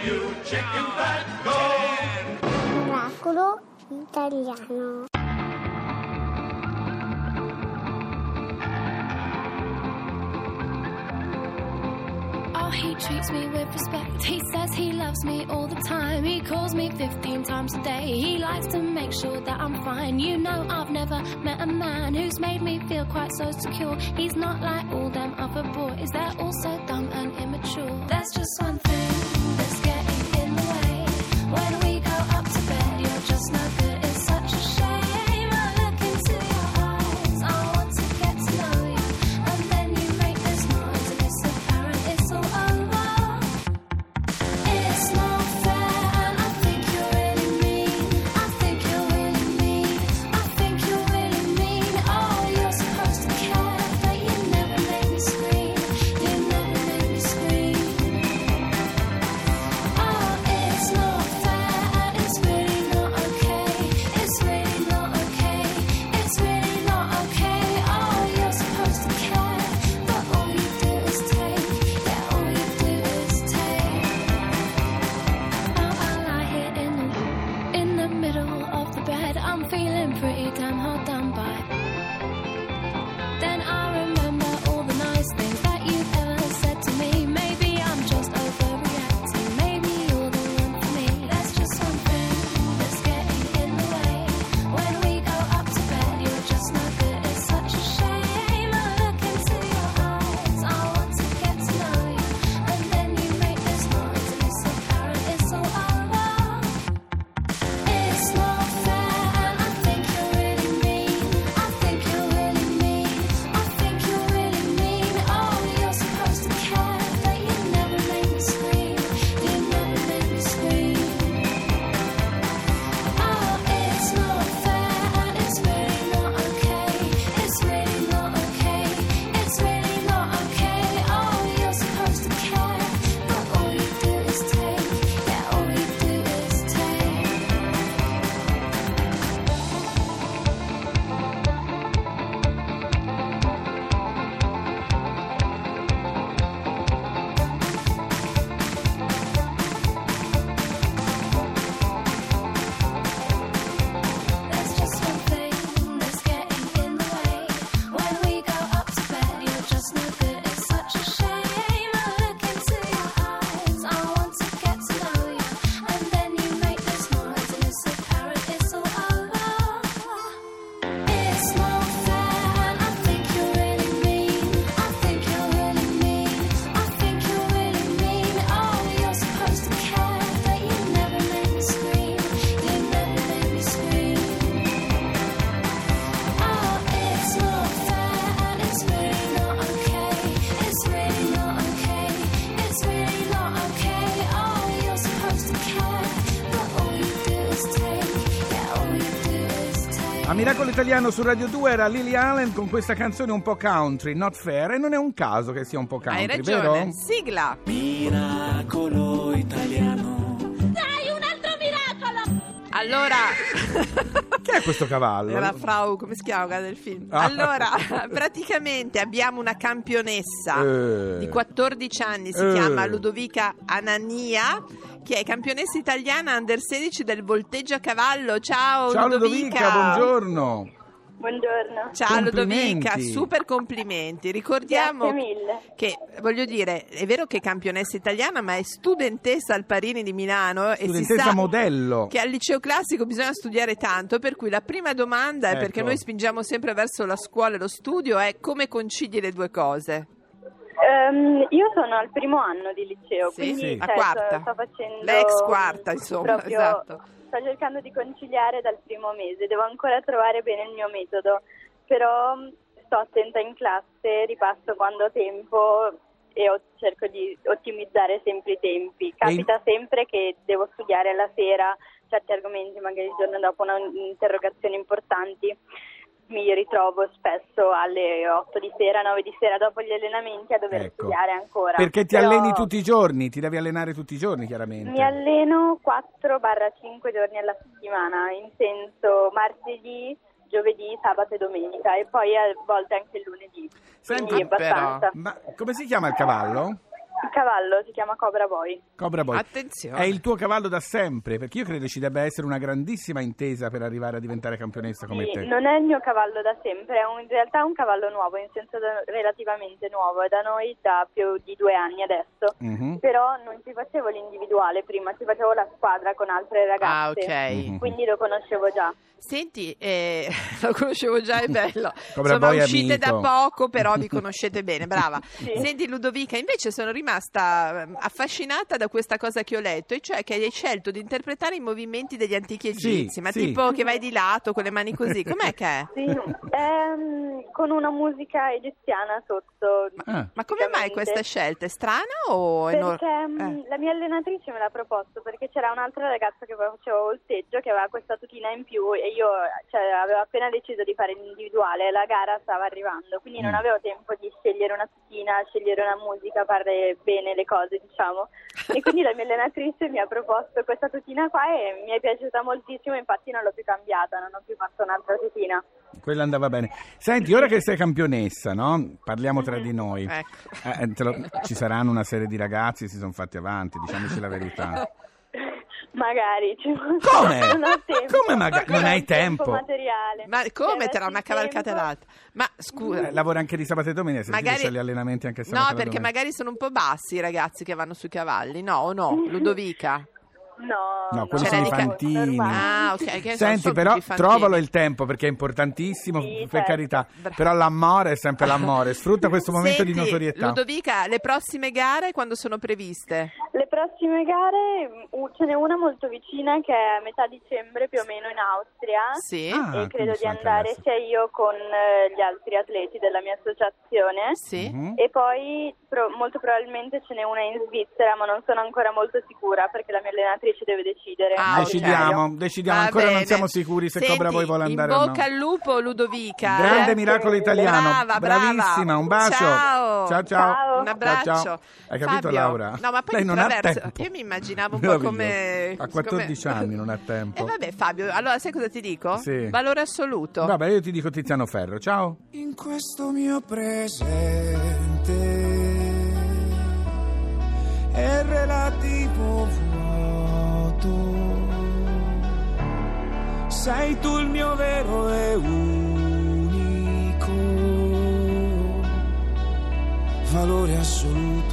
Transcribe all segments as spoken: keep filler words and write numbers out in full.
you chicken fat, go! Oracolo italiano. He treats me with respect. He says he loves me all the time. He calls me fifteen times a day. He likes to make sure that I'm fine. You know I've never met a man who's made me feel quite so secure. He's not like all them other boys. They're all so dumb and immature. There's just one thing that's getting in the way. When we go up to bed, you're just no good. It's such a shame. I look into your eyes. I want to get to know you. And then you make this noise and it's apparent it's all over. It's not fair and I think you're really mean. I think you're really mean. I think you're really mean. Oh, you're supposed to care, but you never make me scream. You never make me scream. Oh, it's not fair and it's really not okay. It's really not okay. It's really not okay. Oh, you're supposed to care, but all you do is take. Yeah, all you do is take. Now I lie here in the, in the middle of the bed. I'm feeling pretty damn hard done by. Then I remember all the nice things that you've ever said to me. Maybe I'm just overreacting. Maybe you're the one for me. There's just one thing that's getting in the way. When we go up to bed, you're just no good. It's such a shame. I look into your eyes. I want to get to know you. And then you make this noise and it's apparent it's all over. It's not fair and I think you're really mean. I think you're really mean. I think you're really mean. Oh, you're supposed to care, but you never make me scream. You never make me scream. Oh, it's not fair and it's really not okay. It's really not okay. It's really not okay. Oh, you're supposed to care, but all you do is take. Yeah, all you do is take. There's just one thing that's getting in the way. When we go up to bed, you're just no good. It's such a shame. I look into your eyes. I want to get to know you. And then you make this noise and it's apparent it's all over. It's not fair and I think you're really mean. I think you're really mean. I think you're really mean. Oh, you're supposed to care, but you never make me scream. You never make me scream. Oh, it's not fair and it's really not okay. It's really not okay. It's really not okay. Oh, you're supposed to care, but all you do is take. Yeah, all you do is take. A Miracolo Italiano su Radio due era Lily Allen con questa canzone un po' country, Not Fair, e non è un caso che sia un po' country, Hai ragione. vero? Sigla. Miracolo italiano. Dai, un altro miracolo! Allora, Che è questo cavallo? era Frau, come si chiama del film? Ah. Allora, praticamente abbiamo una campionessa Eh. di quattordici anni, si Eh. chiama Ludovica Anania, che è campionessa italiana under sedici del volteggio a cavallo. Ciao, Ciao Ludovica. Ludovica, buongiorno. Buongiorno. Ciao Complimenti. Ludovica, super complimenti. Ricordiamo Grazie mille. che, voglio dire, è vero che è campionessa italiana, ma è studentessa al Parini di Milano e si Studentessa sa modello. che al liceo classico bisogna studiare tanto, per cui la prima domanda, è Ecco. perché noi spingiamo sempre verso la scuola e lo studio, è come concili le due cose? Ehm, io sono al primo anno di liceo, Sì? quindi Sì. A cioè, quarta. sto, sto facendo L'ex quarta, insomma, proprio- esatto. Sto cercando di conciliare dal primo mese, devo ancora trovare bene il mio metodo, però mh, sto attenta in classe, ripasso quando ho tempo e ho- cerco di ottimizzare sempre i tempi. Capita sempre che devo studiare alla sera certi argomenti, magari il giorno dopo una interrogazioni importanti. Mi ritrovo spesso alle otto di sera, nove di sera dopo gli allenamenti a dover Ecco. studiare ancora. Perché ti Però alleni tutti i giorni, ti devi allenare tutti i giorni chiaramente. Mi alleno quattro cinque giorni alla settimana, in senso martedì, giovedì, sabato e domenica, e poi a volte anche il lunedì. Senti, Quindi abbastanza. Ma come si chiama il cavallo? Il cavallo si chiama Cobra Boy. Cobra Boy. Attenzione. È il tuo cavallo da sempre, perché io credo ci debba essere una grandissima intesa per arrivare a diventare campionessa come Sì, te. non è il mio cavallo da sempre, è un- in realtà un cavallo nuovo, in senso da- relativamente nuovo, è da noi da più di due anni adesso. Mhm. Però non ci facevo l'individuale prima, ci facevo la squadra con altre Ah, ragazze. ok. Mhm. Quindi lo conoscevo già. Senti, eh, lo conoscevo già, è bello. Cobra Insomma, Boy è uscite da amico. poco, però vi conoscete bene, brava. Sì. Senti Ludovica, invece sono rimasta ehm, affascinata da questa cosa che ho letto, e cioè che hai scelto di interpretare i movimenti degli antichi Sì, egizi, ma sì. tipo che vai di lato con le mani così, com'è che è? Sì, ehm, con una musica egiziana sotto. Ah. Ma come mai tipicamente. questa scelta? È strana o è no- Perché mh, eh. la mia allenatrice me l'ha proposto, perché c'era un'altra ragazza che faceva volteggio che aveva questa tutina in più e io cioè, avevo appena deciso di fare l'individuale, la gara stava arrivando, quindi non Mm. avevo tempo di scegliere una tutina, scegliere una musica, fare bene le cose, diciamo. E quindi la mia allenatrice mi ha proposto questa tutina qua e mi è piaciuta moltissimo, infatti non l'ho più cambiata, non ho più fatto un'altra tutina. Quella andava bene. Senti, ora che sei campionessa, no? Parliamo tra di noi. Ecco. Eh, te lo- ci saranno una serie di ragazzi che si sono fatti avanti, diciamoci la verità. Magari. ci- Come? Non ho tempo. Come magari? Non ho hai tempo? materiale. Ma come Deve tra una esserci cavalcata e tempo. l'altra? Ma scusa, Eh, lavora anche di sabato e domenica, se magari c'è gli allenamenti anche sabato no, e perché domenica. magari sono un po' bassi i ragazzi che vanno sui cavalli, no o no? Ludovica? No, No, quelli Ce sono n'è i di ca- fantini. normale. Ah, ok. Che Senti, sono però tutti fantini. trovalo il tempo perché è importantissimo, Sì, per certo. carità. Bra- Però l'amore è sempre l'amore. Sfrutta questo momento Senti, di notorietà. Ludovica, le prossime gare quando sono previste? Le prossime gare, uh, ce n'è una molto vicina che è a metà dicembre più o meno in Austria. Sì. Ah, E credo quindi di sono anche andare adesso. sia io con eh, gli altri atleti della mia associazione. Sì. Mhm. E poi pro- molto probabilmente ce n'è una in Svizzera, ma non sono ancora molto sicura perché la mia allenatrice deve decidere. Ah, al Decidiamo, binario. decidiamo. Va Ancora non bene. siamo sicuri se Senti, Cobra Boy vuole andare in o no. bocca al lupo, Ludovica. Grande Eh? miracolo italiano. Brava, brava. Bravissima, un bacio. Ciao. Ciao, ciao. Ciao. Un abbraccio. Ciao, ciao. Hai capito, Fabio? Laura? No, ma poi Lei di non ha traverso- tempo. Io mi immaginavo un po' Meraviglioso. come A quattordici come- anni non ha tempo. E vabbè, Fabio, allora sai cosa ti dico? Sì. Valore assoluto. Vabbè, io ti dico Tiziano Ferro. Ciao. In questo mio presente è relativo vuoto. Sei tu il mio vero e unico valore assoluto.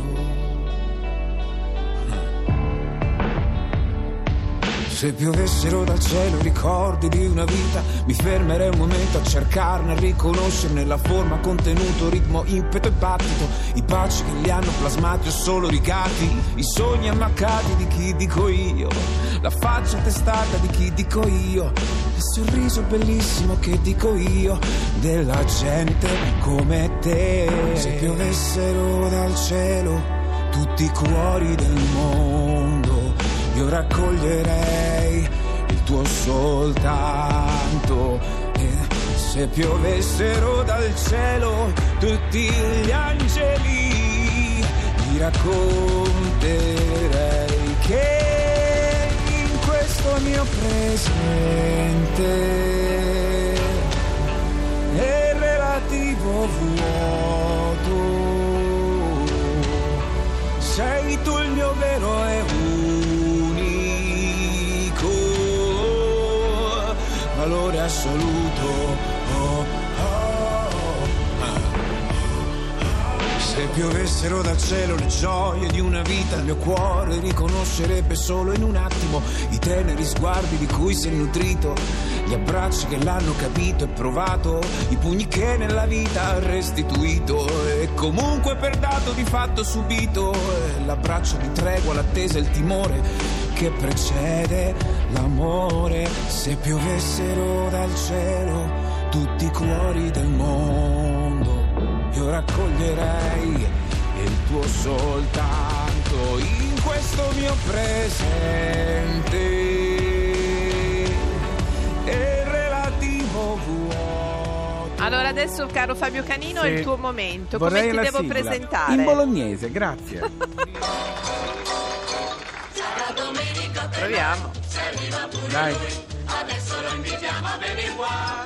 Se piovessero dal cielo ricordi di una vita, mi fermerei un momento a cercarne, a riconoscerne la forma, contenuto, ritmo, impeto e battito. I baci che li hanno plasmati o solo ricatti, i sogni ammaccati di chi dico io, la faccia testata di chi dico io, il sorriso bellissimo che dico io, della gente come te. Se piovessero dal cielo tutti i cuori del mondo, io raccoglierei il tuo soltanto. E se piovessero dal cielo tutti gli angeli, ti racconterei che in questo mio presente è relativo vuoto. Sei tu il mio vero e unico valore assoluto. Oh, oh, oh. Se piovessero dal cielo le gioie di una vita, il mio cuore riconoscerebbe solo in un attimo i teneri sguardi di cui si è nutrito, gli abbracci che l'hanno capito e provato, i pugni che nella vita ha restituito e comunque per dato di fatto subito, e l'abbraccio di tregua, l'attesa e il timore che precede l'amore. Se piovessero dal cielo tutti i cuori del mondo, io raccoglierei il tuo soltanto in questo mio presente e relativo vuoto. Allora adesso, caro Fabio Canino, è Sì. il tuo momento. Vorrei Come ti la devo sigla. presentare? In bolognese, grazie. Proviamo. Dai.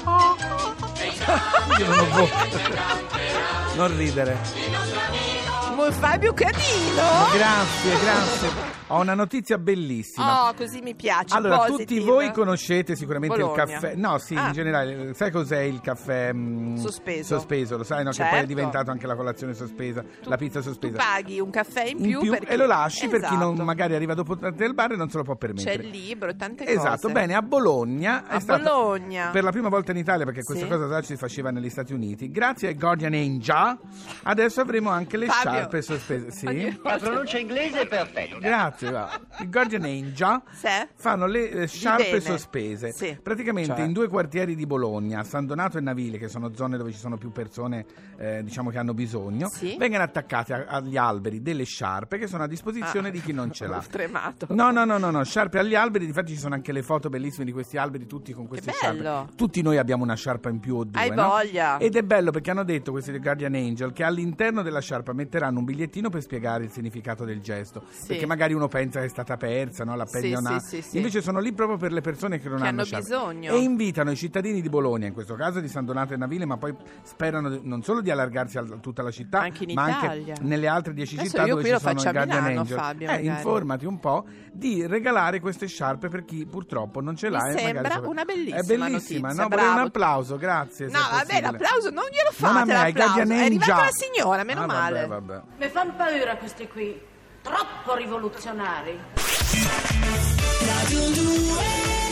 Io non, lo può. Non ridere. Amor Fabio Canino. Grazie, grazie. Ho una notizia bellissima. Oh, così mi piace. Allora, positive. tutti voi conoscete sicuramente Bologna. il caffè. No, sì, Ah. in generale. Sai cos'è il caffè mh, Sospeso. Sospeso, lo sai, no? Che Certo. poi è diventato anche la colazione sospesa, Tu- la pizza sospesa. Tu paghi un caffè in più, in più perché... e lo lasci per chi non Esatto. magari arriva dopo del bar e non se lo può C'è permettere. il libro, tante Esatto, cose. bene, a Bologna è A stata Bologna. per la prima volta in Italia, perché questa Sì. cosa già si faceva negli Stati Uniti, grazie ai Guardian Angel, adesso avremo anche le Fabio. sciarpe sospese. Sì. La pronuncia inglese è perfetta. Grazie, va. I Guardian Angel Sì. fanno le eh, sciarpe bene. sospese. Sì. Praticamente Cioè? in due quartieri di Bologna, San Donato e Navile, che sono zone dove ci sono più persone eh, diciamo che hanno bisogno, Sì. vengono attaccate a- agli alberi delle sciarpe che sono a disposizione Ah. di chi non ce l'ha. Ho tremato. No, no, no, no, no, sciarpe agli alberi, difatti ci sono anche le foto bellissime di questi alberi tutti con queste bello. sciarpe. Tutti noi abbiamo una sciarpa in più o due, Hai no? voglia. Ed è bello perché hanno detto questi del Guardian Angel che all'interno della sciarpa metteranno un bigliettino per spiegare il significato del gesto, Sì. perché magari uno pensa che è stata persa, no? La Sì, pennona. sì, sì, sì. Invece sono lì proprio per le persone che non Che hanno hanno sciarpe. bisogno. E invitano i cittadini di Bologna, in questo caso di San Donato e Navile, ma poi sperano di- non solo di allargarsi a tutta la città, Anche in ma Italia. anche nelle altre dieci Adesso città io dove qui ci lo sono faccio i a Guardian Milano, Angel. Fabio, Eh, magari. informati un po' di regalare queste sciarpe per chi purtroppo non ce l'ha. Mi e magari sembra sopra- una bellissima È bellissima, notizia, no? Vorrei un bravo. applauso, grazie. No, se è vabbè, possibile. l'applauso non glielo Non a fate, me, ai l'applauso. Guardian È arrivata Angel. la signora, meno Ah, vabbè, male. vabbè. Mi fanno paura questi qui, troppo rivoluzionari. Radio due